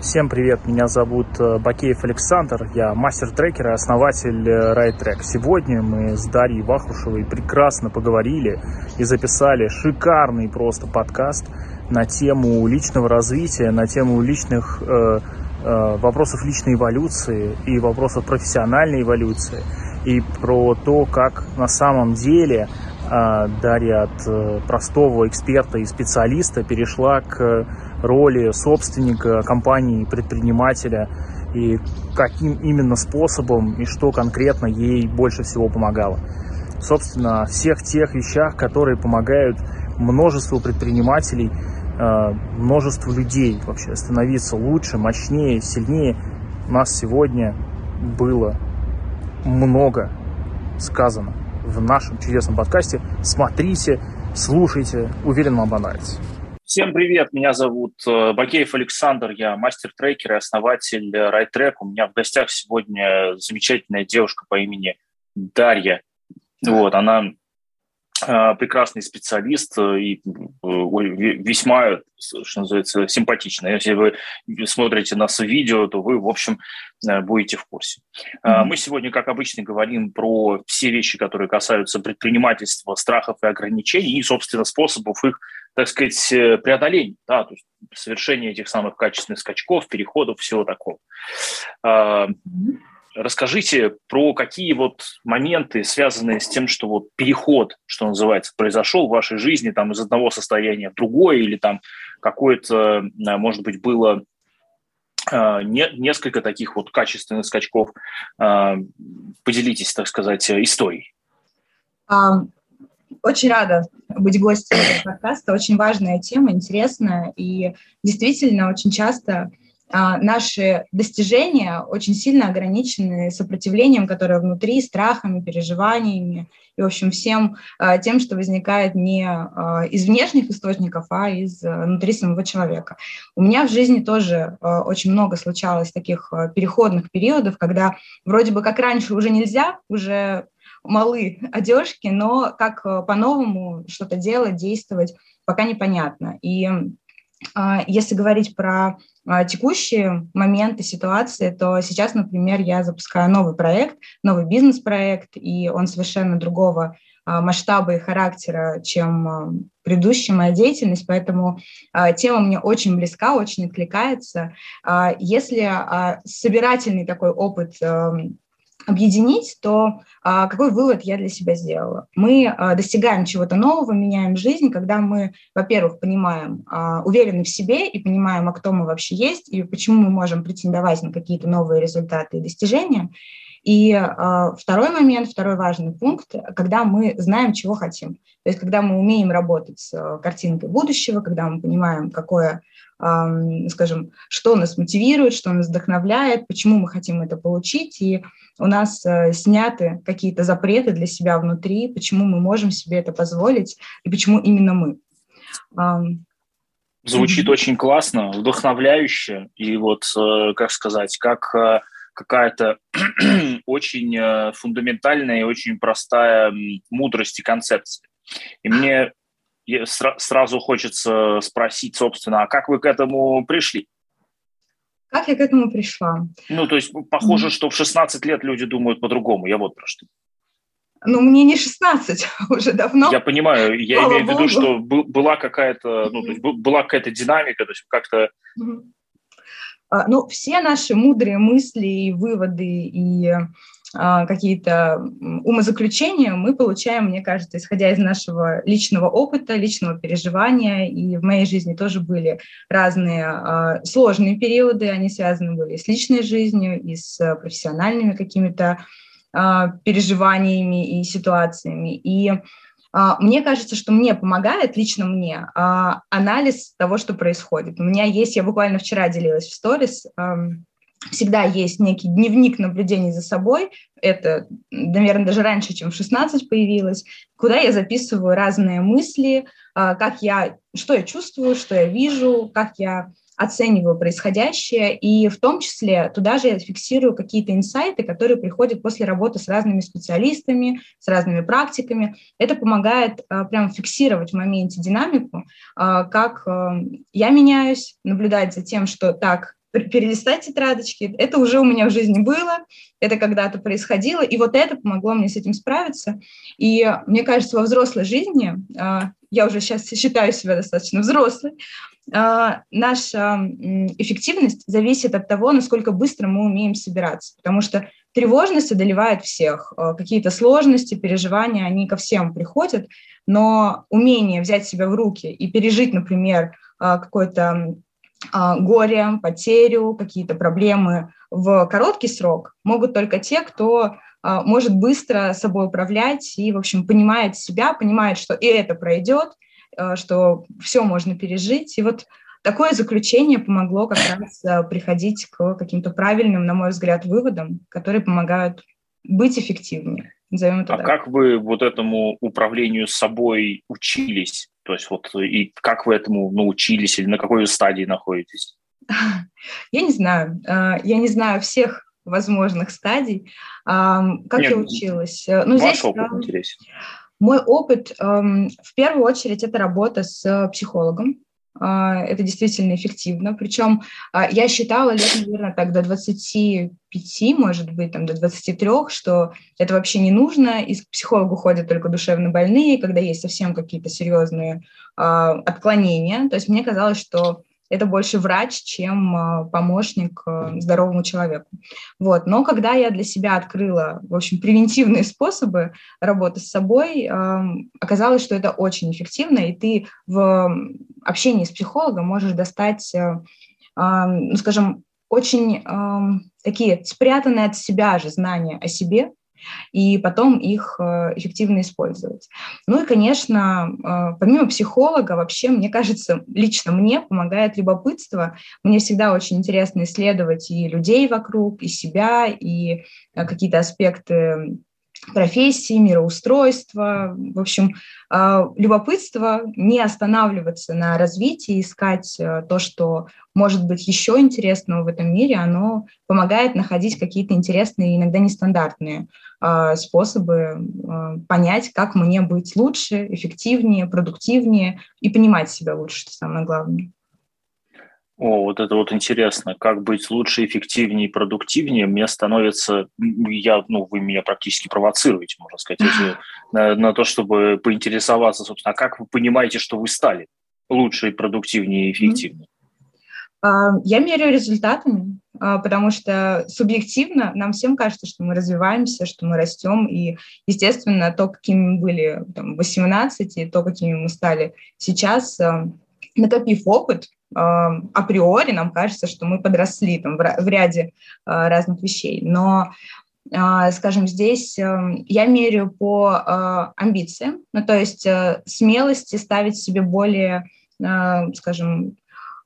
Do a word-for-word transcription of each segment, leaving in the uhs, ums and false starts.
Всем привет, меня зовут Бакеев Александр, я мастер-трекер и основатель RideTrack. Сегодня мы с Дарьей Вахрушевой прекрасно поговорили и записали шикарный просто подкаст на тему личного развития, на тему личных э, э, вопросов личной эволюции и вопросов профессиональной эволюции, и про то, как на самом деле э, Дарья от э, простого эксперта и специалиста перешла к роли собственника компании, предпринимателя, и каким именно способом и что конкретно ей больше всего помогало. Собственно, о всех тех вещах, которые помогают множеству предпринимателей, множеству людей вообще становиться лучше, мощнее, сильнее. У нас сегодня было много сказано в нашем чудесном подкасте. Смотрите, слушайте, уверен, вам понравится. Всем привет, меня зовут Бакеев Александр, я мастер-трекер и основатель RideTrack. У меня в гостях сегодня замечательная девушка по имени Дарья. Вот, она э, прекрасный специалист и э, весьма, что называется, симпатичная. Если вы смотрите нас в видео, то вы, в общем, э, будете в курсе. Mm-hmm. Мы сегодня, как обычно, говорим про все вещи, которые касаются предпринимательства, страхов и ограничений и, собственно, способов их, так сказать, преодоление, да, то есть совершение этих самых качественных скачков, переходов, всего такого. Mm-hmm. Расскажите про какие вот моменты, связанные с тем, что вот переход, что называется, произошел в вашей жизни там из одного состояния в другое, или там какое-то, может быть, было не, несколько таких вот качественных скачков. Поделитесь, так сказать, историей. Um. Очень рада быть гостем этого подкаста. Очень важная тема, интересная. И действительно, очень часто а, наши достижения очень сильно ограничены сопротивлением, которое внутри, страхами, переживаниями и, в общем, всем а, тем, что возникает не а, из внешних источников, а из а, внутри самого человека. У меня в жизни тоже а, очень много случалось таких а, переходных периодов, когда вроде бы как раньше уже нельзя, уже малы одежки, но как по-новому что-то делать, действовать, пока непонятно. И а, если говорить про а, текущие моменты, ситуации, то сейчас, например, я запускаю новый проект, новый бизнес-проект, и он совершенно другого а, масштаба и характера, чем а, предыдущая моя деятельность, поэтому а, тема мне очень близка, очень откликается. А, если а, собирательный такой опыт а, объединить, то а, какой вывод я для себя сделала? Мы а, достигаем чего-то нового, меняем жизнь, когда мы, во-первых, понимаем, а, уверены в себе и понимаем, а кто мы вообще есть и почему мы можем претендовать на какие-то новые результаты и достижения. И а, второй момент, второй важный пункт, когда мы знаем, чего хотим. То есть когда мы умеем работать с картинкой будущего, когда мы понимаем, какое, а, скажем, что нас мотивирует, что нас вдохновляет, почему мы хотим это получить, и у нас а, сняты какие-то запреты для себя внутри, почему мы можем себе это позволить и почему именно мы. А, Звучит mm-hmm. очень классно, вдохновляюще, и вот, как сказать, как какая-то очень фундаментальная и очень простая мудрость и концепция. И мне сразу хочется спросить, собственно, а как вы к этому пришли? Как я к этому пришла? Ну, то есть похоже, mm-hmm. что в шестнадцать лет люди думают по-другому. Я вот про что. Ну, мне не шестнадцать, уже давно. Я понимаю, я Слава имею в виду, что была какая-то, ну, то есть была какая-то динамика, то есть как-то... Mm-hmm. Ну, все наши мудрые мысли и выводы и а, какие-то умозаключения мы получаем, мне кажется, исходя из нашего личного опыта, личного переживания. И в моей жизни тоже были разные а, сложные периоды, они связаны были с личной жизнью, и с профессиональными какими-то а, переживаниями и ситуациями. И мне кажется, что мне помогает, лично мне, анализ того, что происходит. У меня есть, я буквально вчера делилась в сторис, всегда есть некий дневник наблюдений за собой, это, наверное, даже раньше, чем в шестнадцать появилось, куда я записываю разные мысли, как я, что я чувствую, что я вижу, как я оцениваю происходящее, и в том числе туда же я фиксирую какие-то инсайты, которые приходят после работы с разными специалистами, с разными практиками. Это помогает а, прям фиксировать в моменте динамику, а, как а, я меняюсь, наблюдать за тем, что так, перелистать тетрадочки. Это уже у меня в жизни было, это когда-то происходило, и вот это помогло мне с этим справиться. И мне кажется, во взрослой жизни, я уже сейчас считаю себя достаточно взрослой, наша эффективность зависит от того, насколько быстро мы умеем собираться, потому что тревожность одолевает всех, какие-то сложности, переживания, они ко всем приходят, но умение взять себя в руки и пережить, например, какое-то горе, потерю, какие-то проблемы в короткий срок могут только те, кто может быстро собой управлять и, в общем, понимает себя, понимает, что и это пройдет, что все можно пережить. И вот такое заключение помогло как раз приходить к каким-то правильным, на мой взгляд, выводам, которые помогают быть эффективнее. Назовем это а так. Как вы вот этому управлению собой учились? То есть вот и как вы этому научились или на какой стадии находитесь? Я не знаю. Я не знаю всех возможных стадий. Как Нет, я училась? Ну, ваш здесь, опыт интересен. Мой опыт, в первую очередь, это работа с психологом. Это действительно эффективно. Причем я считала лет, наверное, так до двадцати пяти, может быть, там, до двадцати трёх, что это вообще не нужно, и к психологу ходят только душевно больные, когда есть совсем какие-то серьезные отклонения. То есть мне казалось, что это больше врач, чем помощник здоровому человеку. Вот. Но когда я для себя открыла, в общем, превентивные способы работы с собой, оказалось, что это очень эффективно, и ты в общении с психологом можешь достать, ну, скажем, очень такие спрятанные от себя же знания о себе, и потом их эффективно использовать. Ну и, конечно, помимо психолога, вообще, мне кажется, лично мне помогает любопытство. Мне всегда очень интересно исследовать и людей вокруг, и себя, и какие-то аспекты профессии, мироустройства. В общем, любопытство, не останавливаться на развитии, искать то, что может быть еще интересного в этом мире, оно помогает находить какие-то интересные, иногда нестандартные способы понять, как мне быть лучше, эффективнее, продуктивнее и понимать себя лучше, что самое главное. О, вот это вот интересно, как быть лучше, эффективнее, продуктивнее. Мне становится, я, ну, вы меня практически провоцируете, можно сказать, если, на, на то, чтобы поинтересоваться, собственно, а как вы понимаете, что вы стали лучше, продуктивнее и эффективнее? Я меряю результатами, потому что субъективно нам всем кажется, что мы развиваемся, что мы растем, и, естественно, то, какими мы были там, в восемнадцати, и то, какими мы стали сейчас, накопив опыт, априори нам кажется, что мы подросли там, в ряде разных вещей. Но, скажем, здесь я меряю по амбициям, ну, то есть смелости ставить себе более, скажем,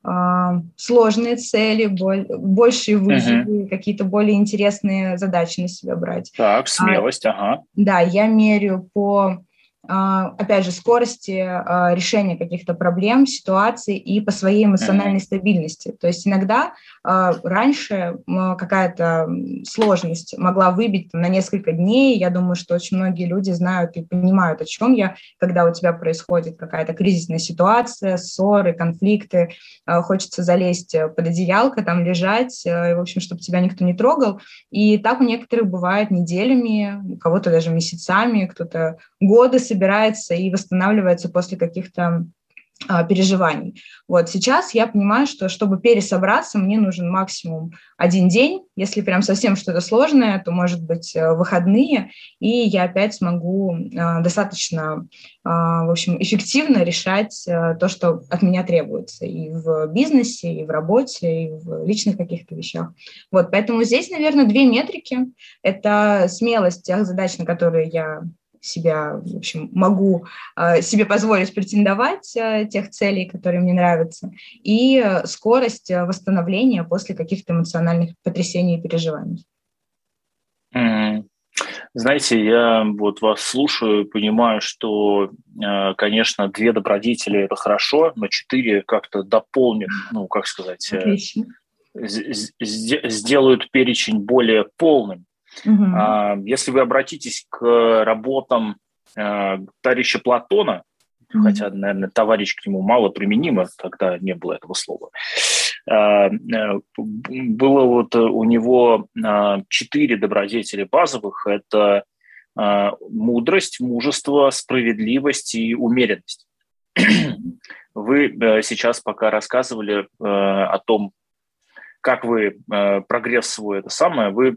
сложные цели, большие вызовы, uh-huh. какие-то более интересные задачи на себя брать. Так, смелость, ага. Да, я меряю по, опять же, скорости решения каких-то проблем, ситуаций и по своей эмоциональной uh-huh. стабильности. То есть иногда раньше какая-то сложность могла выбить на несколько дней. Я думаю, что очень многие люди знают и понимают, о чем я, когда у тебя происходит какая-то кризисная ситуация, ссоры, конфликты, хочется залезть под одеялко, там лежать, и, в общем, чтобы тебя никто не трогал. И так у некоторых бывает неделями, у кого-то даже месяцами, кто-то годы собирается и восстанавливается после каких-то а, переживаний. Вот сейчас я понимаю, что чтобы пересобраться, мне нужен максимум один день. Если прям совсем что-то сложное, то, может быть, выходные, и я опять смогу а, достаточно, а, в общем, эффективно решать а, то, что от меня требуется и в бизнесе, и в работе, и в личных каких-то вещах. Вот, поэтому здесь, наверное, две метрики. Это смелость тех задач, на которые я себя, в общем, могу э, себе позволить претендовать, э, тех целей, которые мне нравятся, и э, скорость восстановления после каких-то эмоциональных потрясений и переживаний. Mm-hmm. Знаете, я вот вас слушаю, понимаю, что, э, конечно, две добродетели – это хорошо, но четыре как-то дополнят, ну, как сказать, э, с- с- сделают перечень более полным. Uh-huh. Если вы обратитесь к работам товарища Платона, uh-huh. хотя, наверное, товарищ к нему мало применимо, тогда не было этого слова, было вот у него четыре добродетели базовых. Это мудрость, мужество, справедливость и умеренность. Вы сейчас пока рассказывали о том, как вы прогресс свой это самое, вы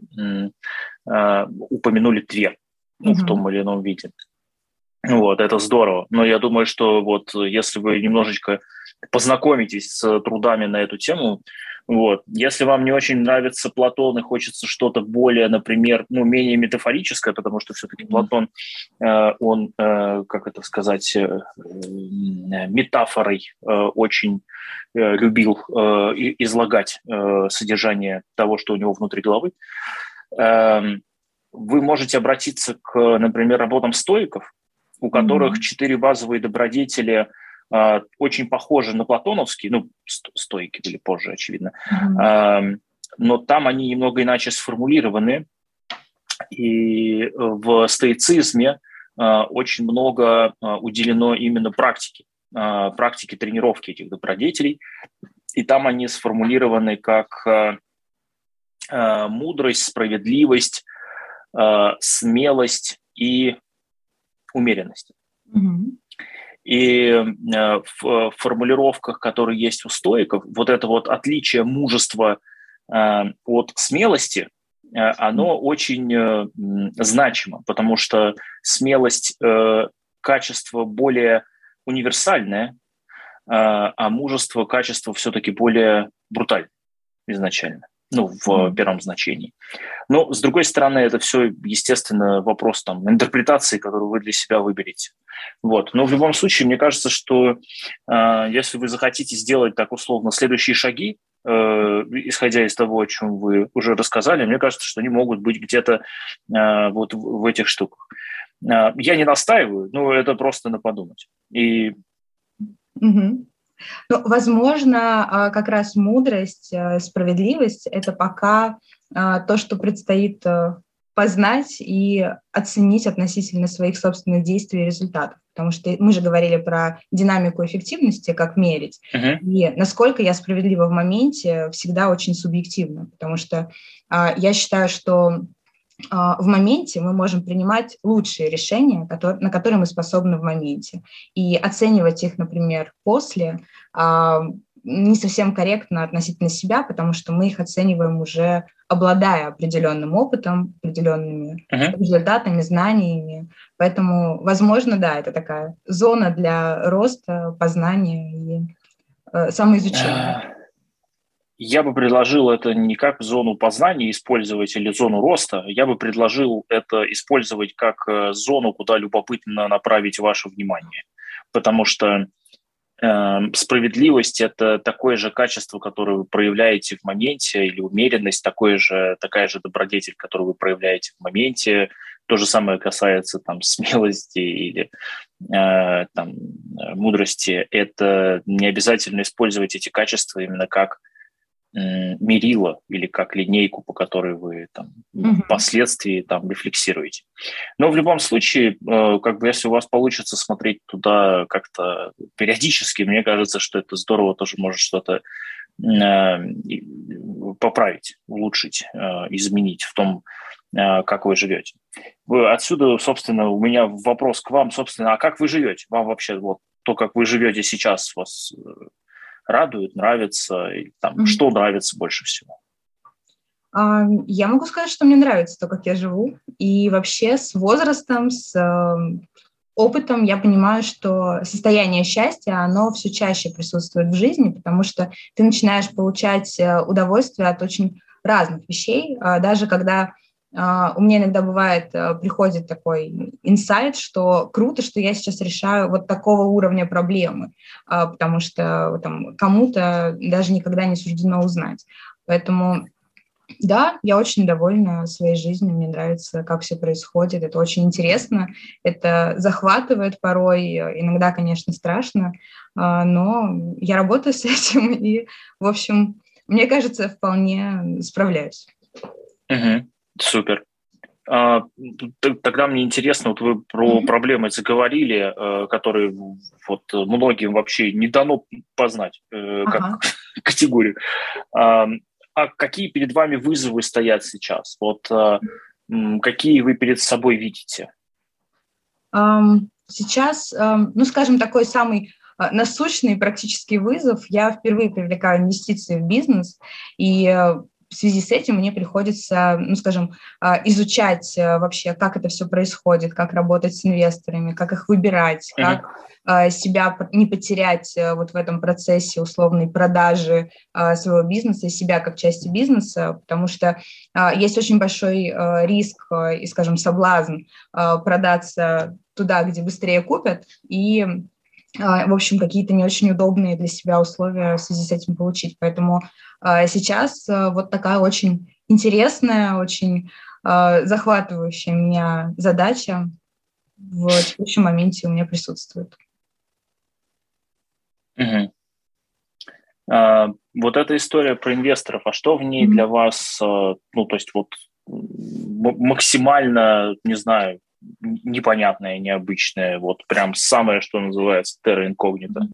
упомянули две, ну, в том или ином виде. Вот, это здорово. Но я думаю, что вот если вы немножечко познакомитесь с трудами на эту тему, вот, если вам не очень нравится Платон и хочется что-то более, например, ну, менее метафорическое, потому что все-таки Платон, э, он, э, как это сказать, э, метафорой э, очень э, любил э, излагать э, содержание того, что у него внутри головы, э, вы можете обратиться к, например, работам стоиков, у которых mm-hmm. четыре базовые добродетели э, очень похожи на платоновские, ну, стойки были позже, очевидно, mm-hmm. э, но там они немного иначе сформулированы, и в стоицизме э, очень много э, уделено именно практике, э, практике тренировки этих добродетелей, и там они сформулированы как э, э, мудрость, справедливость, э, смелость и умеренность. Mm-hmm. И э, в формулировках, которые есть у стоиков, вот это вот отличие мужества э, от смелости, э, оно mm-hmm. очень э, значимо, потому что смелость э, качество более универсальное, э, а мужество качество все-таки более брутальное изначально. Ну, в mm-hmm. первом значении. Но, с другой стороны, это все, естественно, вопрос там, интерпретации, которую вы для себя выберете. Вот. Но в любом случае, мне кажется, что э, если вы захотите сделать так условно следующие шаги, э, исходя из того, о чем вы уже рассказали, мне кажется, что они могут быть где-то э, вот в, в этих штуках. Э, я не настаиваю, но это просто на подумать. И... Mm-hmm. Ну, возможно, как раз мудрость, справедливость – это пока то, что предстоит познать и оценить относительно своих собственных действий и результатов. Потому что мы же говорили про динамику эффективности, как мерить. Uh-huh. И насколько я справедлива в моменте, всегда очень субъективно. Потому что я считаю, что в моменте мы можем принимать лучшие решения, которые, на которые мы способны в моменте. И оценивать их, например, после не совсем корректно относительно себя, потому что мы их оцениваем уже обладая определенным опытом, определенными uh-huh. результатами, знаниями. Поэтому, возможно, да, это такая зона для роста, познания и э, самоизучения. Я бы предложил это не как зону познания использовать или зону роста, я бы предложил это использовать как зону, куда любопытно направить ваше внимание. Потому что э, справедливость – это такое же качество, которое вы проявляете в моменте, или умеренность – такое же, такая же добродетель, которую вы проявляете в моменте. То же самое касается там, смелости или э, там, мудрости. Это не обязательно использовать эти качества именно как мерило или как линейку, по которой вы там, mm-hmm. впоследствии там, рефлексируете. Но в любом случае, как бы, если у вас получится смотреть туда как-то периодически, мне кажется, что это здорово, тоже может что-то поправить, улучшить, изменить в том, как вы живете. Отсюда, собственно, у меня вопрос к вам, собственно, а как вы живете? Вам вообще вот то, как вы живете сейчас, вас радует, нравится? И, там, mm-hmm. Что нравится больше всего? Я могу сказать, что мне нравится то, как я живу. И вообще с возрастом, с опытом я понимаю, что состояние счастья, оно все чаще присутствует в жизни, потому что ты начинаешь получать удовольствие от очень разных вещей. Даже когда у меня иногда бывает, приходит такой инсайт, что круто, что я сейчас решаю вот такого уровня проблемы, потому что там, кому-то даже никогда не суждено узнать. Поэтому, да, я очень довольна своей жизнью, мне нравится, как все происходит, это очень интересно, это захватывает порой, иногда, конечно, страшно, но я работаю с этим и, в общем, мне кажется, вполне справляюсь. Угу. Супер. А, тогда мне интересно, вот вы про mm-hmm. проблемы заговорили, которые вот многим вообще не дано познать, ага. как, категорию. А какие перед вами вызовы стоят сейчас? Вот какие вы перед собой видите? Сейчас, ну, скажем, такой самый насущный практический вызов. Я впервые привлекаю инвестиции в бизнес, и в связи с этим мне приходится, ну, скажем, изучать вообще, как это все происходит, как работать с инвесторами, как их выбирать, как uh-huh. себя не потерять вот в этом процессе условной продажи своего бизнеса и себя как части бизнеса, потому что есть очень большой риск и, скажем, соблазн продаться туда, где быстрее купят, и в общем, какие-то не очень удобные для себя условия в связи с этим получить. Поэтому сейчас вот такая очень интересная, очень захватывающая меня задача в текущем моменте у меня присутствует. Угу. А, вот эта история про инвесторов, а что в ней mm-hmm. для вас, ну, то есть вот максимально, не знаю, непонятное, необычное, вот прям самое, что называется, терра инкогнито?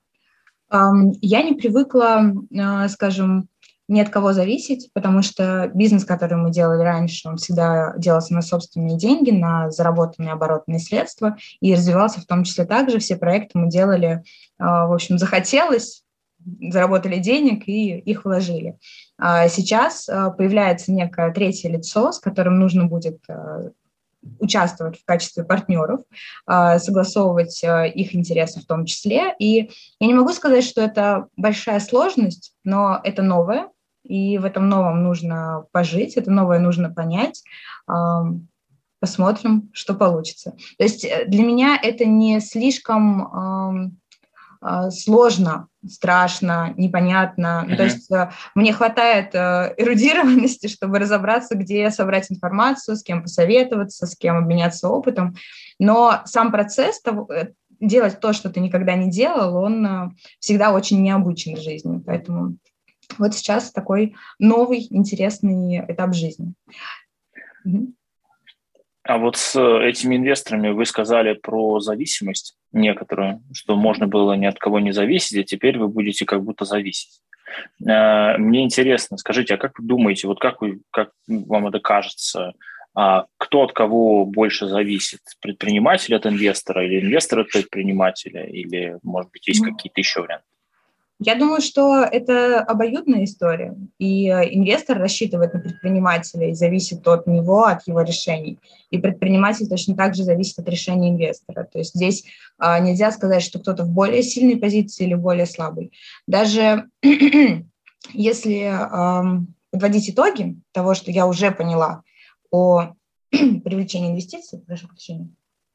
Я не привыкла, скажем, ни от кого зависеть, потому что бизнес, который мы делали раньше, он всегда делался на собственные деньги, на заработанные оборотные средства и развивался в том числе так же. Все проекты мы делали, в общем, захотелось, заработали денег и их вложили. Сейчас появляется некое третье лицо, с которым нужно будет участвовать в качестве партнеров, согласовывать их интересы в том числе. И я не могу сказать, что это большая сложность, но это новое, и в этом новом нужно пожить, это новое нужно понять. Посмотрим, что получится. То есть для меня это не слишком сложно, страшно, непонятно. Uh-huh. То есть э, мне хватает э, эрудированности, чтобы разобраться, где собрать информацию, с кем посоветоваться, с кем обменяться опытом. Но сам процесс того, делать то, что ты никогда не делал, он э, всегда очень необычен в жизни. Поэтому вот сейчас такой новый, интересный этап жизни. Uh-huh. А вот с этими инвесторами вы сказали про зависимость некоторую, что можно было ни от кого не зависеть, а теперь вы будете как будто зависеть. Мне интересно, скажите, а как вы думаете, вот как, вы, как вам это кажется, кто от кого больше зависит? Предприниматель от инвестора или инвестор от предпринимателя? Или, может быть, есть какие-то еще варианты? Я думаю, что это обоюдная история, и инвестор рассчитывает на предпринимателя и зависит от него, от его решений. И предприниматель точно так же зависит от решения инвестора. То есть здесь а, нельзя сказать, что кто-то в более сильной позиции или более слабой. Даже если а, подводить итоги того, что я уже поняла о привлечении инвестиций, прошу прощения,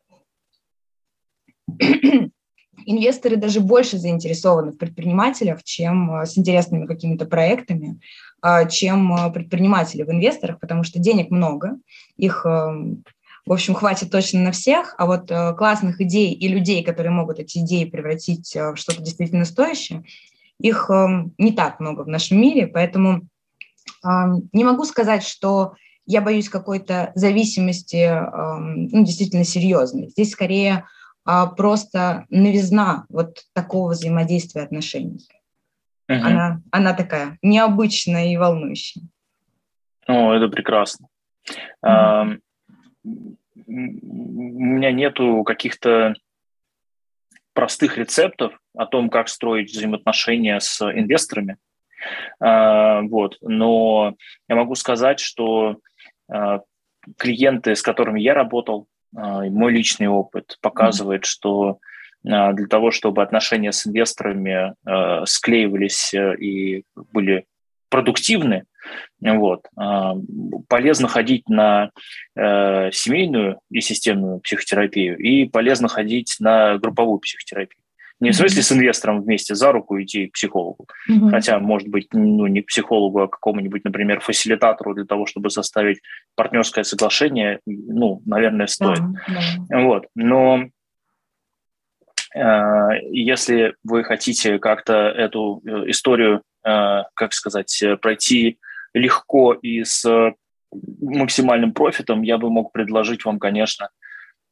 инвесторы даже больше заинтересованы в предпринимателях, чем с интересными какими-то проектами, чем предприниматели в инвесторах, потому что денег много, их, в общем, хватит точно на всех, а вот классных идей и людей, которые могут эти идеи превратить в что-то действительно стоящее, их не так много в нашем мире, поэтому не могу сказать, что я боюсь какой-то зависимости, ну, действительно серьезной. Здесь скорее а просто новизна вот такого взаимодействия отношений. Uh-huh. Она, она такая необычная и волнующая. О, это прекрасно. Uh-huh. А, у меня нету каких-то простых рецептов о том, как строить взаимоотношения с инвесторами. А, вот. Но я могу сказать, что а, клиенты, с которыми я работал, мой личный опыт показывает, что для того, чтобы отношения с инвесторами склеивались и были продуктивны, вот, полезно ходить на семейную и системную психотерапию, и полезно ходить на групповую психотерапию. Не в смысле с инвестором вместе за руку идти к психологу, mm-hmm. хотя, может быть, ну, не к психологу, а к какому-нибудь, например, фасилитатору для того, чтобы составить партнерское соглашение, ну, наверное, стоит. Mm-hmm. Вот. Но э, если вы хотите как-то эту историю, э, как сказать, пройти легко и с максимальным профитом, я бы мог предложить вам, конечно,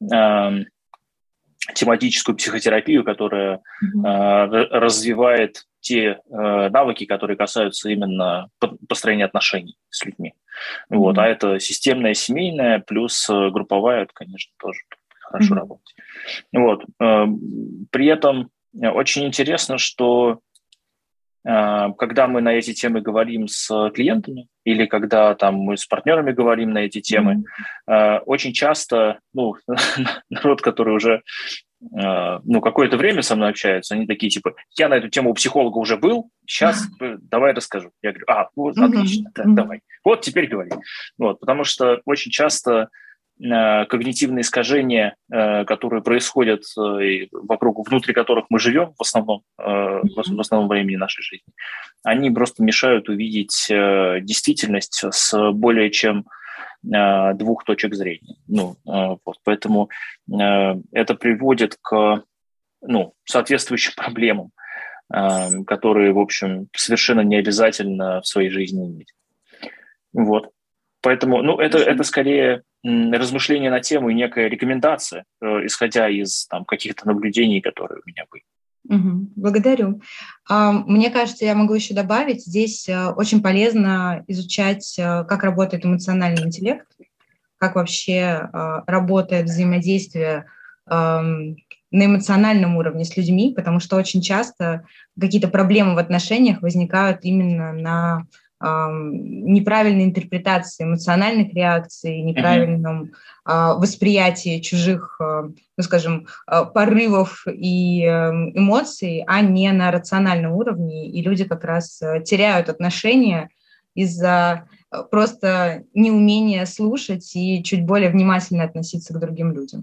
э, тематическую психотерапию, которая mm-hmm. э, развивает те э, навыки, которые касаются именно построения отношений с людьми. Mm-hmm. Вот. А это системная, семейная, плюс групповая, это, конечно, тоже хорошо mm-hmm. работать. Вот. Э, при этом очень интересно, что э, когда мы на эти темы говорим с клиентами или когда там, мы с партнерами говорим на эти темы, mm-hmm. э, очень часто ну, народ, который уже ну, какое-то время со мной общаются, они такие, типа, я на эту тему у психолога уже был, сейчас давай расскажу. Я говорю, а, вот, отлично, да, давай. Вот, теперь говори. Вот, потому что очень часто э, когнитивные искажения, э, которые происходят э, вокруг, внутри которых мы живем в основном, э, в основном времени нашей жизни, они просто мешают увидеть э, действительность с более чем двух точек зрения. Ну, вот, поэтому э, это приводит к ну, соответствующим проблемам, э, которые, в общем, совершенно не обязательно в своей жизни иметь. Вот. Поэтому, ну, это, это скорее размышление на тему и некая рекомендация, э, исходя из там, каких-то наблюдений, которые у меня были. Угу, благодарю. Мне кажется, я могу еще добавить, здесь очень полезно изучать, как работает эмоциональный интеллект, как вообще работает взаимодействие на эмоциональном уровне с людьми, потому что очень часто какие-то проблемы в отношениях возникают именно на неправильной интерпретации эмоциональных реакций, неправильном mm-hmm. восприятии чужих, ну, скажем, порывов и эмоций, а не на рациональном уровне. И люди как раз теряют отношения из-за просто неумения слушать и чуть более внимательно относиться к другим людям.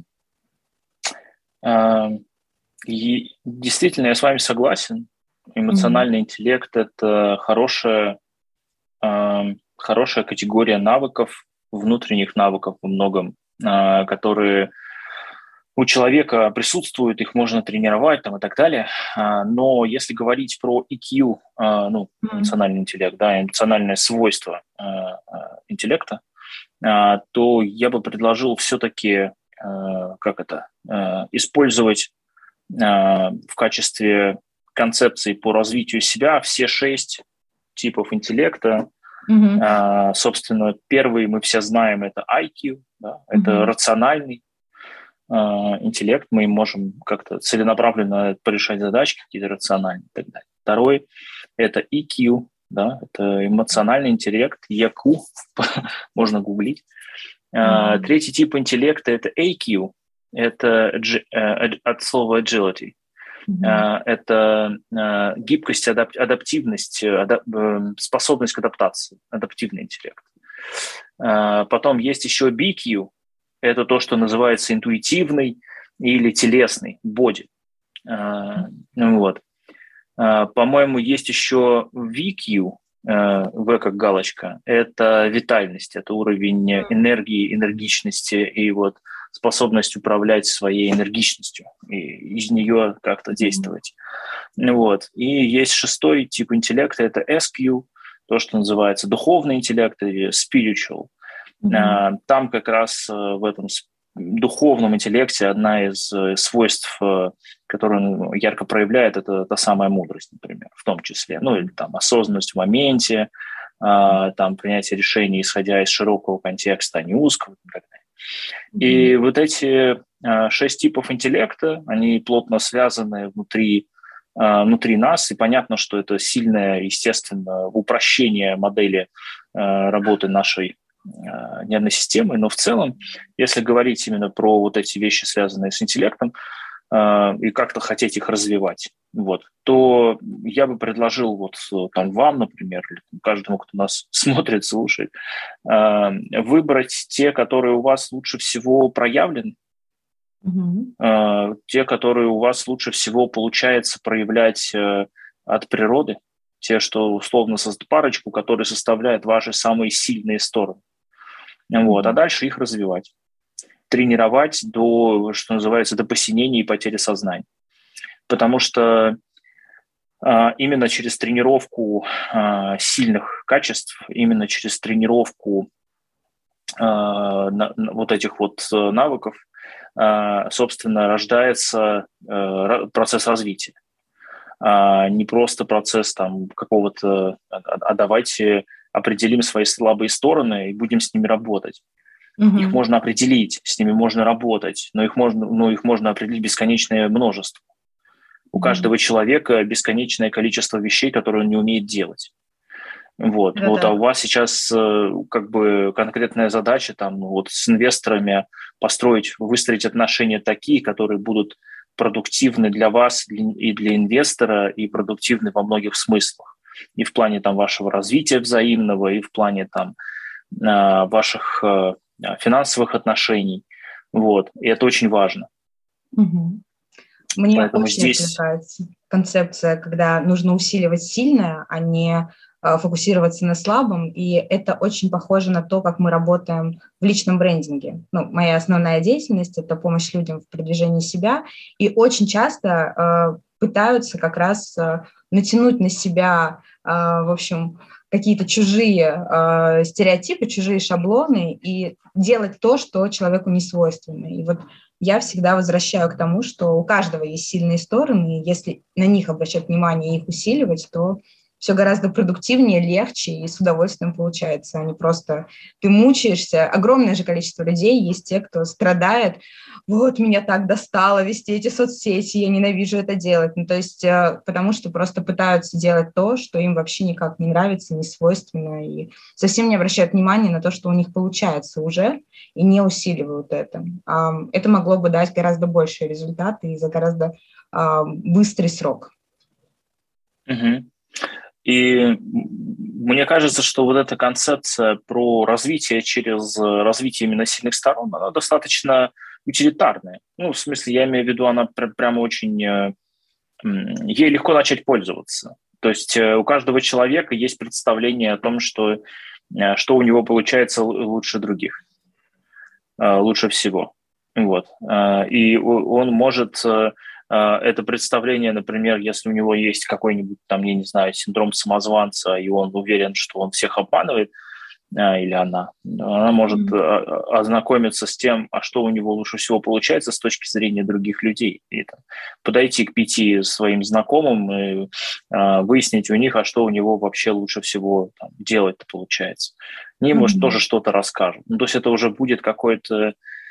И действительно, я с вами согласен. Эмоциональный mm-hmm. интеллект – это хорошая хорошая категория навыков, внутренних навыков во многом, которые у человека присутствуют, их можно тренировать там, и так далее. Но если говорить про и кью, ну, эмоциональный интеллект, да, эмоциональное свойство интеллекта, то я бы предложил все-таки как это, использовать в качестве концепции по развитию себя все шесть типов интеллекта. Uh-huh. А, собственно, первый мы все знаем, это ай кью, да, uh-huh. это рациональный а, интеллект, мы можем как-то целенаправленно порешать задачки какие-то рациональные и так далее. Второй – это и кью, да, это эмоциональный интеллект, и кью, можно гуглить. А, uh-huh. Третий тип интеллекта – это эй кью, это от слова agility. Uh-huh. Это гибкость, адап- адаптивность, адап- способность к адаптации, адаптивный интеллект. Потом есть еще би кью, это то, что называется интуитивный или телесный, body. Вот. По-моему, есть еще ви кью, В как галочка, это витальность, это уровень энергии, энергичности и вот способность управлять своей энергичностью и из нее как-то действовать. Mm-hmm. Вот. И есть шестой тип интеллекта, это эс кью, то, что называется духовный интеллект или spiritual. Mm-hmm. Там как раз в этом духовном интеллекте одна из свойств, которые он ярко проявляет, это та самая мудрость, например, в том числе. Ну, или там осознанность в моменте, там принятие решений, исходя из широкого контекста, а не узкого и так далее. И mm-hmm. вот эти а, шесть типов интеллекта, они плотно связаны внутри, а, внутри нас, и понятно, что это сильное, естественно, упрощение модели а, работы нашей а, нервной системы, но в целом, если говорить именно про вот эти вещи, связанные с интеллектом, а, и как-то хотеть их развивать, вот, то я бы предложил вот там вам, например, или каждому, кто нас смотрит, слушает, а, выбрать те, которые у вас лучше всего проявлены, mm-hmm. а, те, которые у вас лучше всего получается проявлять а, от природы, те, что условно создают парочку, которые составляют ваши самые сильные стороны, mm-hmm. вот, а дальше их развивать. Тренировать до, что называется, до посинения и потери сознания. Потому что а, именно через тренировку а, сильных качеств, именно через тренировку а, на, вот этих вот навыков, а, собственно, рождается а, процесс развития. а не просто процесс там какого-то, а давайте определим свои слабые стороны и будем с ними работать. Mm-hmm. Их можно определить, с ними можно работать, но их можно, но их можно определить бесконечное множество. У mm-hmm. каждого человека бесконечное количество вещей, которые он не умеет делать. Вот, вот, а у вас сейчас как бы конкретная задача там вот с инвесторами построить, выстроить отношения такие, которые будут продуктивны для вас и для инвестора, и продуктивны во многих смыслах. И в плане там вашего развития взаимного, и в плане там ваших финансовых отношений. Вот, и это очень важно. Угу. Мне Поэтому очень здесь нравится концепция, когда нужно усиливать сильное, а не фокусироваться на слабом, и это очень похоже на то, как мы работаем в личном брендинге. Ну, моя основная деятельность – это помощь людям в продвижении себя, и очень часто э, пытаются как раз э, натянуть на себя, э, в общем, какие-то чужие э, стереотипы, чужие шаблоны и делать то, что человеку не свойственно. И вот я всегда возвращаю к тому, что у каждого есть сильные стороны, и если на них обращать внимание и их усиливать, то все гораздо продуктивнее, легче и с удовольствием получается, а не просто ты мучаешься. Огромное же количество людей есть те, кто страдает. Вот, меня так достало вести эти соцсети, я ненавижу это делать. Ну, то есть, потому что просто пытаются делать то, что им вообще никак не нравится, не свойственно, и совсем не обращают внимания на то, что у них получается уже, и не усиливают это. Это могло бы дать гораздо большие результаты и за гораздо быстрый срок. Угу. И мне кажется, что вот эта концепция про развитие через развитие именно сильных сторон, она достаточно утилитарная. Ну, в смысле, я имею в виду, она пр- прямо очень... Ей легко начать пользоваться. То есть у каждого человека есть представление о том, что, что у него получается лучше других, лучше всего. Вот. И он может... это представление, например, если у него есть какой-нибудь там, я не знаю, синдром самозванца, и он уверен, что он всех обманывает, или она, она может mm-hmm. ознакомиться с тем, а что у него лучше всего получается с точки зрения других людей, и там, подойти к пяти своим знакомым и а, выяснить у них, а что у него вообще лучше всего там, делать-то получается. Они, mm-hmm. может, тоже что-то расскажут. Ну, то есть это уже будет какой-то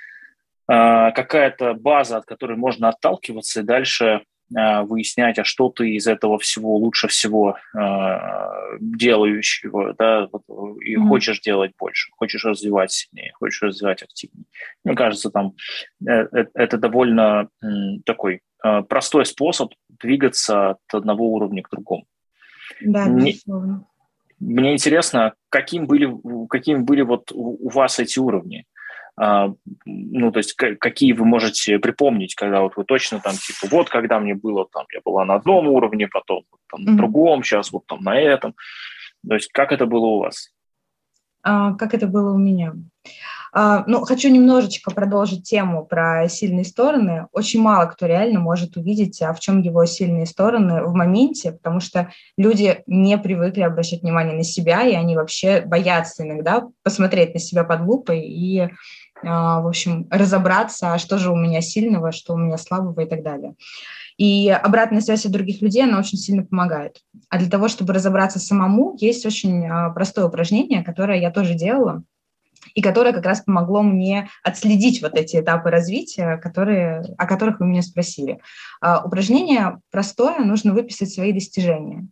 какая-то база, от которой можно отталкиваться и дальше э, выяснять, а что ты из этого всего лучше всего э, делающего, да, и mm-hmm. хочешь делать больше, хочешь развивать сильнее, хочешь развивать активнее. Мне кажется, там э, э, это довольно э, такой э, простой способ двигаться от одного уровня к другому. Да, безусловно. Мне, мне интересно, каким были, каким были вот у, у вас эти уровни? Uh, ну, то есть к- какие вы можете припомнить, когда вот вы точно там, типа, вот когда мне было там, я была на одном уровне, потом там, mm-hmm. на другом, сейчас вот там на этом. То есть как это было у вас? Uh, как это было у меня? Uh, ну, хочу немножечко продолжить тему про сильные стороны. Очень мало кто реально может увидеть, а в чем его сильные стороны в моменте, потому что люди не привыкли обращать внимание на себя, и они вообще боятся иногда посмотреть на себя под лупой и в общем, разобраться, что же у меня сильного, что у меня слабого и так далее. И обратная связь от других людей, она очень сильно помогает. А для того, чтобы разобраться самому, есть очень простое упражнение, которое я тоже делала, и которое как раз помогло мне отследить вот эти этапы развития, которые, о которых вы меня спросили. Упражнение простое, нужно выписать свои достижения.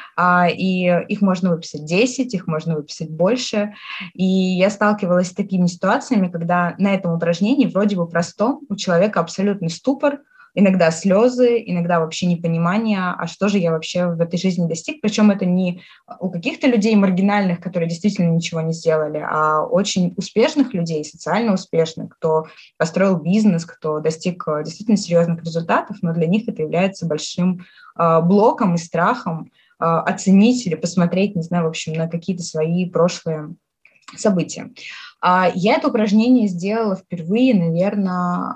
И их можно выписать десять, их можно выписать больше. И я сталкивалась с такими ситуациями, когда на этом упражнении, вроде бы простом, у человека абсолютный ступор, иногда слезы, иногда вообще непонимание, а что же я вообще в этой жизни достиг. Причем это не у каких-то людей маргинальных, которые действительно ничего не сделали, а очень успешных людей, социально успешных, кто построил бизнес, кто достиг действительно серьезных результатов, но для них это является большим блоком и страхом оценить или посмотреть, не знаю, в общем, на какие-то свои прошлые события. Я это упражнение сделала впервые, наверное,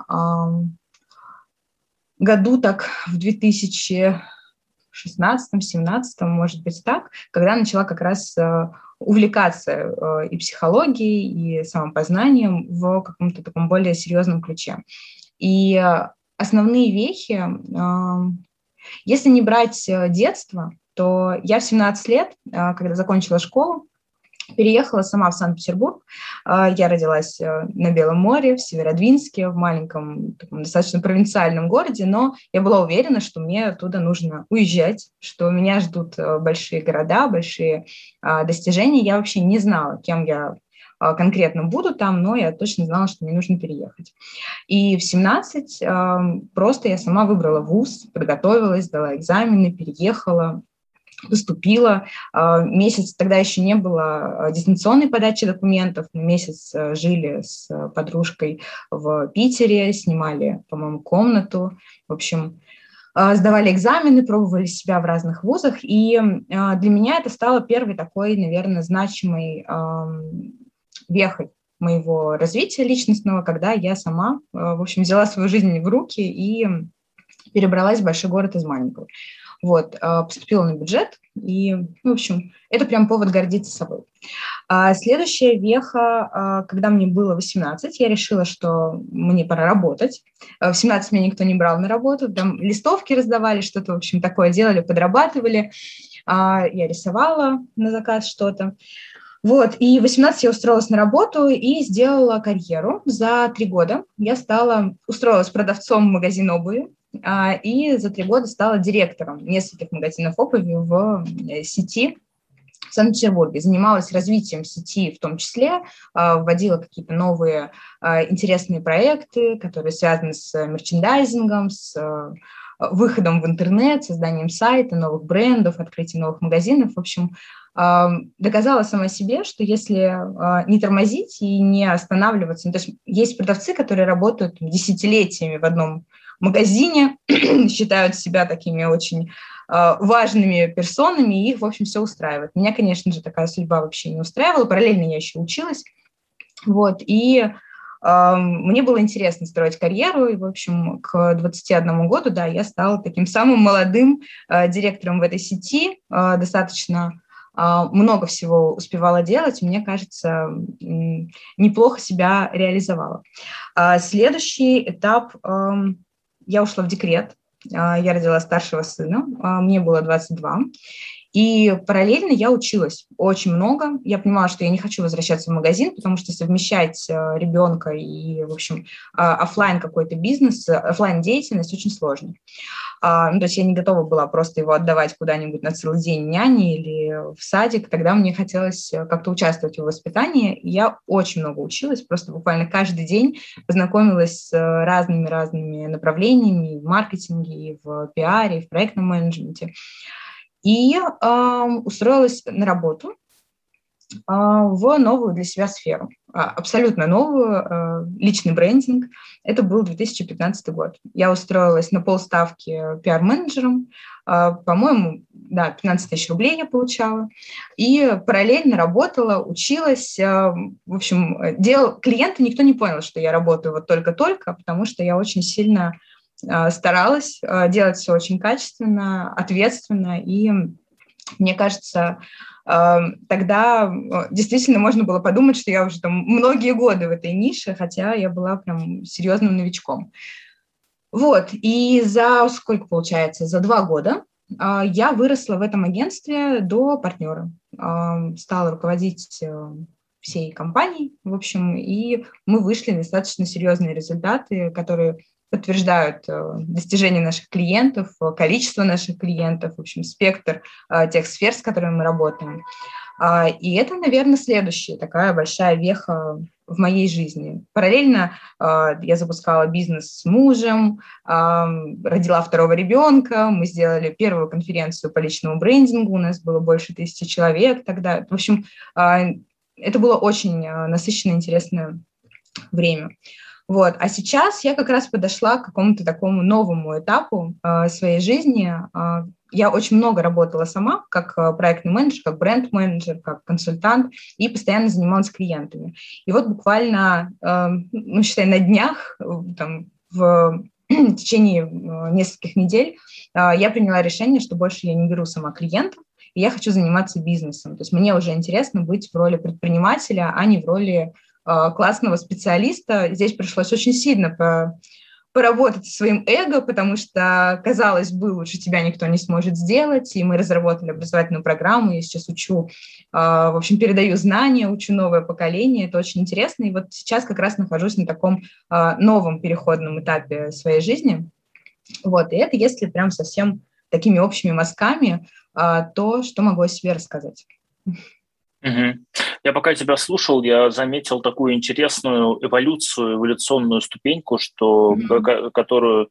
году так в две тысячи шестнадцатом-семнадцатом, может быть так, когда начала как раз увлекаться и психологией, и самопознанием в каком-то таком более серьезном ключе. И основные вехи Если не брать детство, то я в семнадцать лет, когда закончила школу, переехала сама в Санкт-Петербург. Я родилась на Белом море, в Северодвинске, в маленьком, таком, достаточно провинциальном городе, но я была уверена, что мне оттуда нужно уезжать, что меня ждут большие города, большие достижения. Я вообще не знала, кем я конкретно буду там, но я точно знала, что мне нужно переехать. И в семнадцать просто я сама выбрала вуз, подготовилась, сдала экзамены, переехала, поступила. Месяц тогда еще не было дистанционной подачи документов. Мы месяц жили с подружкой в Питере, снимали, по-моему, комнату. В общем, сдавали экзамены, пробовали себя в разных вузах. И для меня это стало первой такой, наверное, значимой вехой моего развития личностного, когда я сама, в общем, взяла свою жизнь в руки и перебралась в большой город из маленького. Вот, поступила на бюджет, и, в общем, это прям повод гордиться собой. Следующая веха, когда мне было восемнадцать, я решила, что мне пора работать. В семнадцать меня никто не брал на работу, там листовки раздавали, что-то, в общем, такое делали, подрабатывали. Я рисовала на заказ что-то. Вот, и в восемнадцать я устроилась на работу и сделала карьеру. За три года я стала, устроилась продавцом в магазин обуви, и за три года стала директором нескольких магазинов обуви в сети в Санкт-Петербурге. Занималась развитием сети в том числе, вводила какие-то новые интересные проекты, которые связаны с мерчендайзингом, с выходом в интернет, созданием сайта, новых брендов, открытием новых магазинов. В общем, доказала сама себе, что если не тормозить и не останавливаться, ну, то есть есть продавцы, которые работают десятилетиями в одном магазине, считают себя такими очень важными персонами, и их, в общем, все устраивает. Меня, конечно же, такая судьба вообще не устраивала. Параллельно я еще училась. Вот, и мне было интересно строить карьеру, и, в общем, к двадцати одному году, да, я стала таким самым молодым директором в этой сети, достаточно много всего успевала делать, мне кажется, неплохо себя реализовала. Следующий этап, я ушла в декрет, я родила старшего сына, мне было двадцать два, и параллельно я училась очень много. Я понимала, что я не хочу возвращаться в магазин, потому что совмещать ребенка и, в общем, офлайн какой-то бизнес, офлайн деятельность очень сложно. Ну, то есть я не готова была просто его отдавать куда-нибудь на целый день няне или в садик. Тогда мне хотелось как-то участвовать в воспитании. Я очень много училась, просто буквально каждый день познакомилась с разными-разными направлениями в маркетинге, и в пиаре, и в проектном менеджменте. И э, устроилась на работу э, в новую для себя сферу, абсолютно новую, э, личный брендинг. Это был две тысячи пятнадцатый год. Я устроилась на полставки пиар-менеджером, э, по-моему, да, пятнадцать тысяч рублей я получала, и параллельно работала, училась. Э, в общем, делал, клиенты никто не понял, что я работаю вот только-только, потому что я очень сильно старалась делать все очень качественно, ответственно, и мне кажется, тогда действительно можно было подумать, что я уже там многие годы в этой нише, хотя я была прям серьезным новичком. Вот, и за сколько получается? За два года я выросла в этом агентстве до партнера, стала руководить всей компанией, в общем, и мы вышли на достаточно серьезные результаты, которые подтверждают достижения наших клиентов, количество наших клиентов, в общем, спектр тех сфер, с которыми мы работаем. И это, наверное, следующая такая большая веха в моей жизни. Параллельно я запускала бизнес с мужем, родила второго ребенка, мы сделали первую конференцию по личному брендингу, у нас было больше тысячи человек тогда. В общем, это было очень насыщенное, интересное время. Вот. А сейчас я как раз подошла к какому-то такому новому этапу э, своей жизни. Э, я очень много работала сама, как э, проектный менеджер, как бренд-менеджер, как консультант, и постоянно занималась клиентами. И вот буквально, э, ну, считай, на днях, э, там, в, в течение э, нескольких недель э, я приняла решение, что больше я не беру сама клиентов, и я хочу заниматься бизнесом. То есть мне уже интересно быть в роли предпринимателя, а не в роли классного специалиста. Здесь пришлось очень сильно по, поработать со своим эго, потому что, казалось бы, лучше тебя никто не сможет сделать, и мы разработали образовательную программу, я сейчас учу, в общем, передаю знания, учу новое поколение, это очень интересно, и вот сейчас как раз нахожусь на таком новом переходном этапе своей жизни, вот, и это если прям совсем такими общими мазками, то, что могу о себе рассказать. Угу. Я пока тебя слушал, я заметил такую интересную эволюцию, эволюционную ступеньку, что, mm-hmm. которую,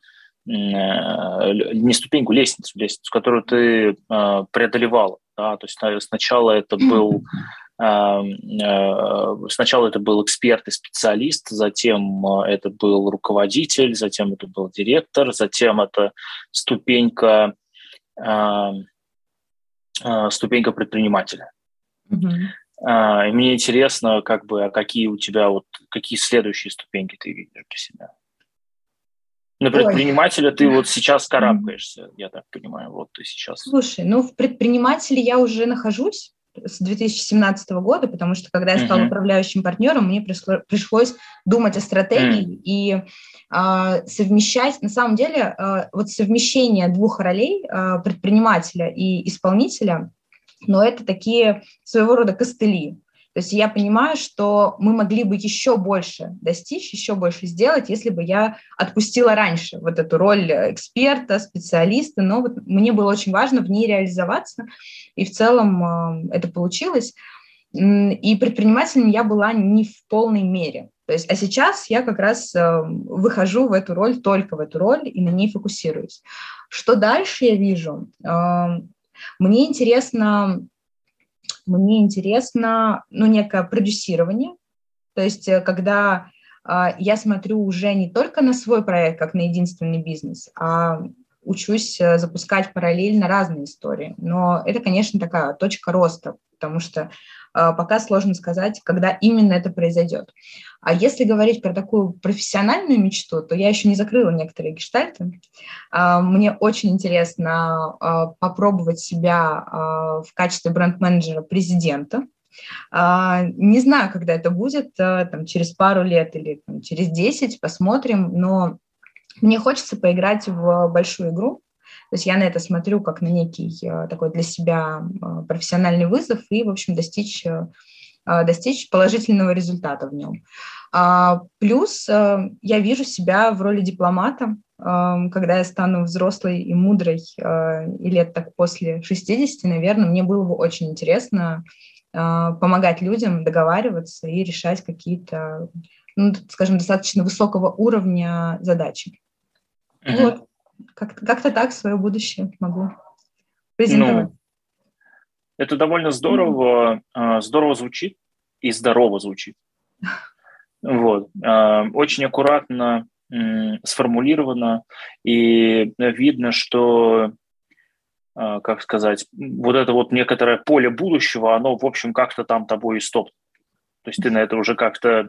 не ступеньку, лестницу, лестницу, которую ты преодолевала. Да? То есть сначала это был, сначала это был эксперт и специалист, затем это был руководитель, затем это был директор, затем это ступенька, ступенька предпринимателя. Uh-huh. Uh, и мне интересно, как бы, а какие у тебя вот какие следующие ступеньки ты видишь для себя? На предпринимателя Ой. Ты вот сейчас карабкаешься, uh-huh. я так понимаю, вот ты сейчас. Слушай, ну в предпринимателе я уже нахожусь с две тысячи семнадцатого года, потому что когда я стала uh-huh. управляющим партнером, мне пришло, пришлось думать о стратегии uh-huh. и uh, совмещать, на самом деле, uh, вот совмещение двух ролей uh, предпринимателя и исполнителя. Но это такие своего рода костыли. То есть я понимаю, что мы могли бы еще больше достичь, еще больше сделать, если бы я отпустила раньше вот эту роль эксперта, специалиста. Но вот мне было очень важно в ней реализоваться, и в целом это получилось. И предпринимателем я была не в полной мере. То есть, а сейчас я как раз выхожу в эту роль, только в эту роль, и на ней фокусируюсь. Что дальше я вижу? Мне интересно, мне интересно, ну, некое продюсирование, то есть когда э, я смотрю уже не только на свой проект, как на единственный бизнес, а учусь запускать параллельно разные истории. Но это, конечно, такая точка роста, потому что э, пока сложно сказать, когда именно это произойдет. А если говорить про такую профессиональную мечту, то я еще не закрыла некоторые гештальты. Мне очень интересно попробовать себя в качестве бренд-менеджера президента. Не знаю, когда это будет, там, через пару лет или там, через десять, посмотрим, но мне хочется поиграть в большую игру. То есть я на это смотрю как на некий такой для себя профессиональный вызов и, в общем, достичь... достичь положительного результата в нем. Плюс я вижу себя в роли дипломата, когда я стану взрослой и мудрой, и лет так после шестидесяти, наверное, мне было бы очень интересно помогать людям договариваться и решать какие-то, ну, скажем, достаточно высокого уровня задачи. Mm-hmm. Вот, как- как-то так свое будущее могу презентовать. Ну, это довольно здорово, mm-hmm. здорово звучит и здорово звучит. Вот. Очень аккуратно сформулировано, и видно, что, как сказать, вот это вот некоторое поле будущего, оно, в общем, как-то там тобой и стоп. То есть ты на это уже как-то,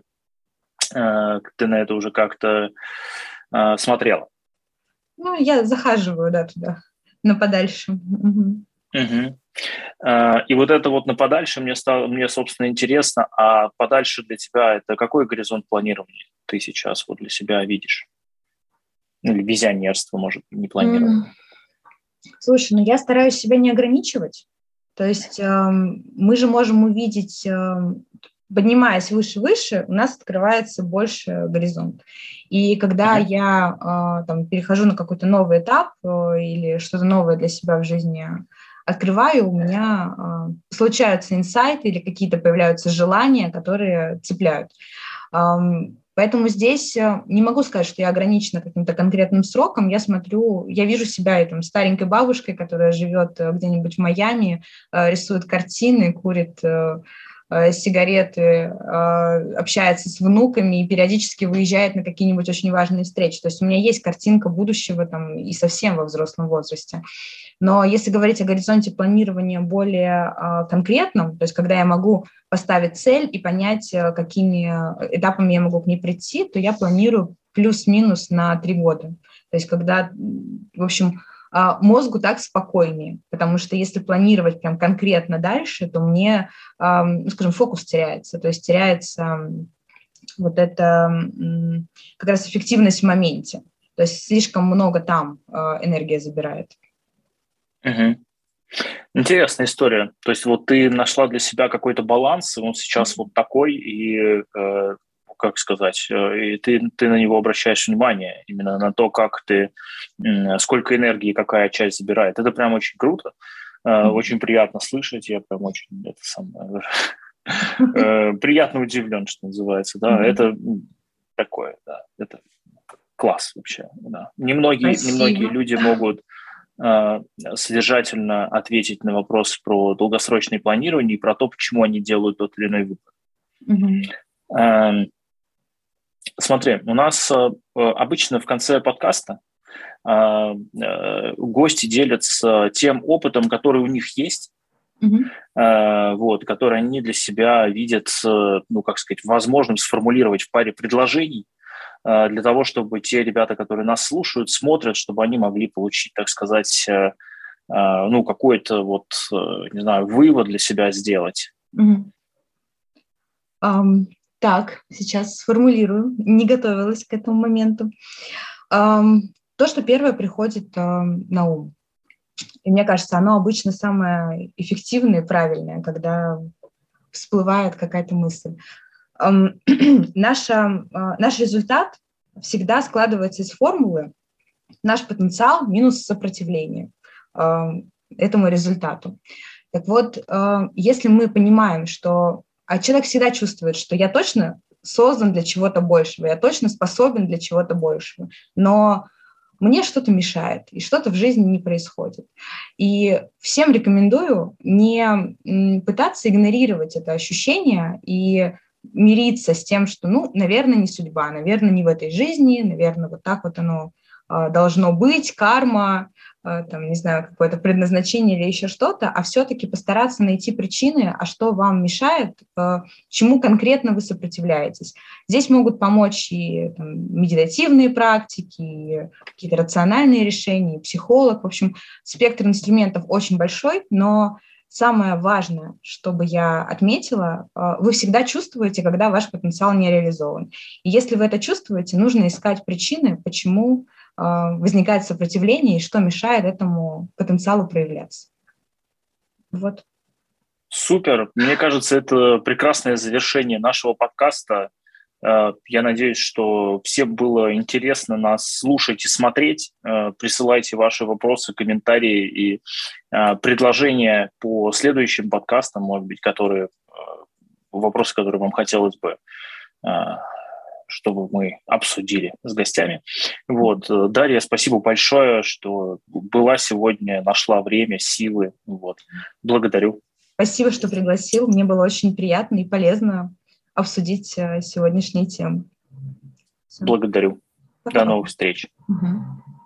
ты на это уже как-то смотрела. Ну, я захаживаю, да, туда, на подальше. Угу. Угу. И вот это вот на подальше мне стало, мне, собственно, интересно, а подальше для тебя это какой горизонт планирования ты сейчас вот для себя видишь? Или визионерство, может, не планирование? Слушай, ну я стараюсь себя не ограничивать. То есть э, мы же можем увидеть, э, поднимаясь выше-выше, у нас открывается больше горизонт. И когда mm-hmm. я э, там, перехожу на какой-то новый этап э, или что-то новое для себя в жизни открываю, у меня э, случаются инсайты или какие-то появляются желания, которые цепляют. Эм, поэтому здесь не могу сказать, что я ограничена каким-то конкретным сроком. Я смотрю, я вижу себя и, там, старенькой бабушкой, которая живет где-нибудь в Майами, э, рисует картины, курит э, э, сигареты, э, общается с внуками и периодически выезжает на какие-нибудь очень важные встречи. То есть у меня есть картинка будущего там, и совсем во взрослом возрасте. Но если говорить о горизонте планирования более э, конкретном, то есть когда я могу поставить цель и понять, э, какими этапами я могу к ней прийти, то я планирую плюс-минус на три года. То есть когда, в общем, э, мозгу так спокойнее, потому что если планировать прям конкретно дальше, то мне, э, ну, скажем, фокус теряется, то есть теряется вот эта э, как раз эффективность в моменте. То есть слишком много там энергия забирает. Угу. Интересная история. То есть вот ты нашла для себя какой-то баланс, и он сейчас вот такой, и, э, как сказать, и ты, ты на него обращаешь внимание, именно на то, как ты, э, сколько энергии какая часть забирает. Это прям очень круто, э, mm-hmm. очень приятно слышать, я прям очень это самое, э, приятно удивлен, что называется, да, mm-hmm. это такое, да, это класс вообще, да. Немногие, немногие люди могут содержательно ответить на вопрос про долгосрочное планирование и про то, почему они делают тот или иной выбор. Mm-hmm. Смотри, у нас обычно в конце подкаста гости делятся тем опытом, который у них есть, mm-hmm. вот, который они для себя видят, ну, как сказать, возможным сформулировать в паре предложений, для того, чтобы те ребята, которые нас слушают, смотрят, чтобы они могли получить, так сказать, ну, какой-то вот, не знаю, вывод для себя сделать. Mm-hmm. Um, так, сейчас сформулирую. Не готовилась к этому моменту. Um, то, что первое приходит uh, на ум. И мне кажется, оно обычно самое эффективное и правильное, когда всплывает какая-то мысль. Наша, наш результат всегда складывается из формулы наш потенциал минус сопротивление этому результату. Так вот, если мы понимаем, что а человек всегда чувствует, что я точно создан для чего-то большего, я точно способен для чего-то большего, но мне что-то мешает, и что-то в жизни не происходит. И всем рекомендую не пытаться игнорировать это ощущение и мириться с тем, что, ну, наверное, не судьба, наверное, не в этой жизни, наверное, вот так вот оно э, должно быть, карма, э, там, не знаю, какое-то предназначение или еще что-то, а все-таки постараться найти причины, а что вам мешает, э, чему конкретно вы сопротивляетесь. Здесь могут помочь и там, медитативные практики, и какие-то рациональные решения, и психолог. В общем, спектр инструментов очень большой, но самое важное, чтобы я отметила, вы всегда чувствуете, когда ваш потенциал не реализован. И если вы это чувствуете, нужно искать причины, почему возникает сопротивление и что мешает этому потенциалу проявляться. Вот. Супер. Мне кажется, это прекрасное завершение нашего подкаста. Я надеюсь, что всем было интересно нас слушать и смотреть. Присылайте ваши вопросы, комментарии и предложения по следующим подкастам, может быть, которые, вопросы, которые вам хотелось бы, чтобы мы обсудили с гостями. Вот. Дарья, спасибо большое, что была сегодня, нашла время, силы. Вот. Благодарю. Спасибо, что пригласил. Мне было очень приятно и полезно обсудить сегодняшние темы. Благодарю. Пока. До новых встреч. Угу.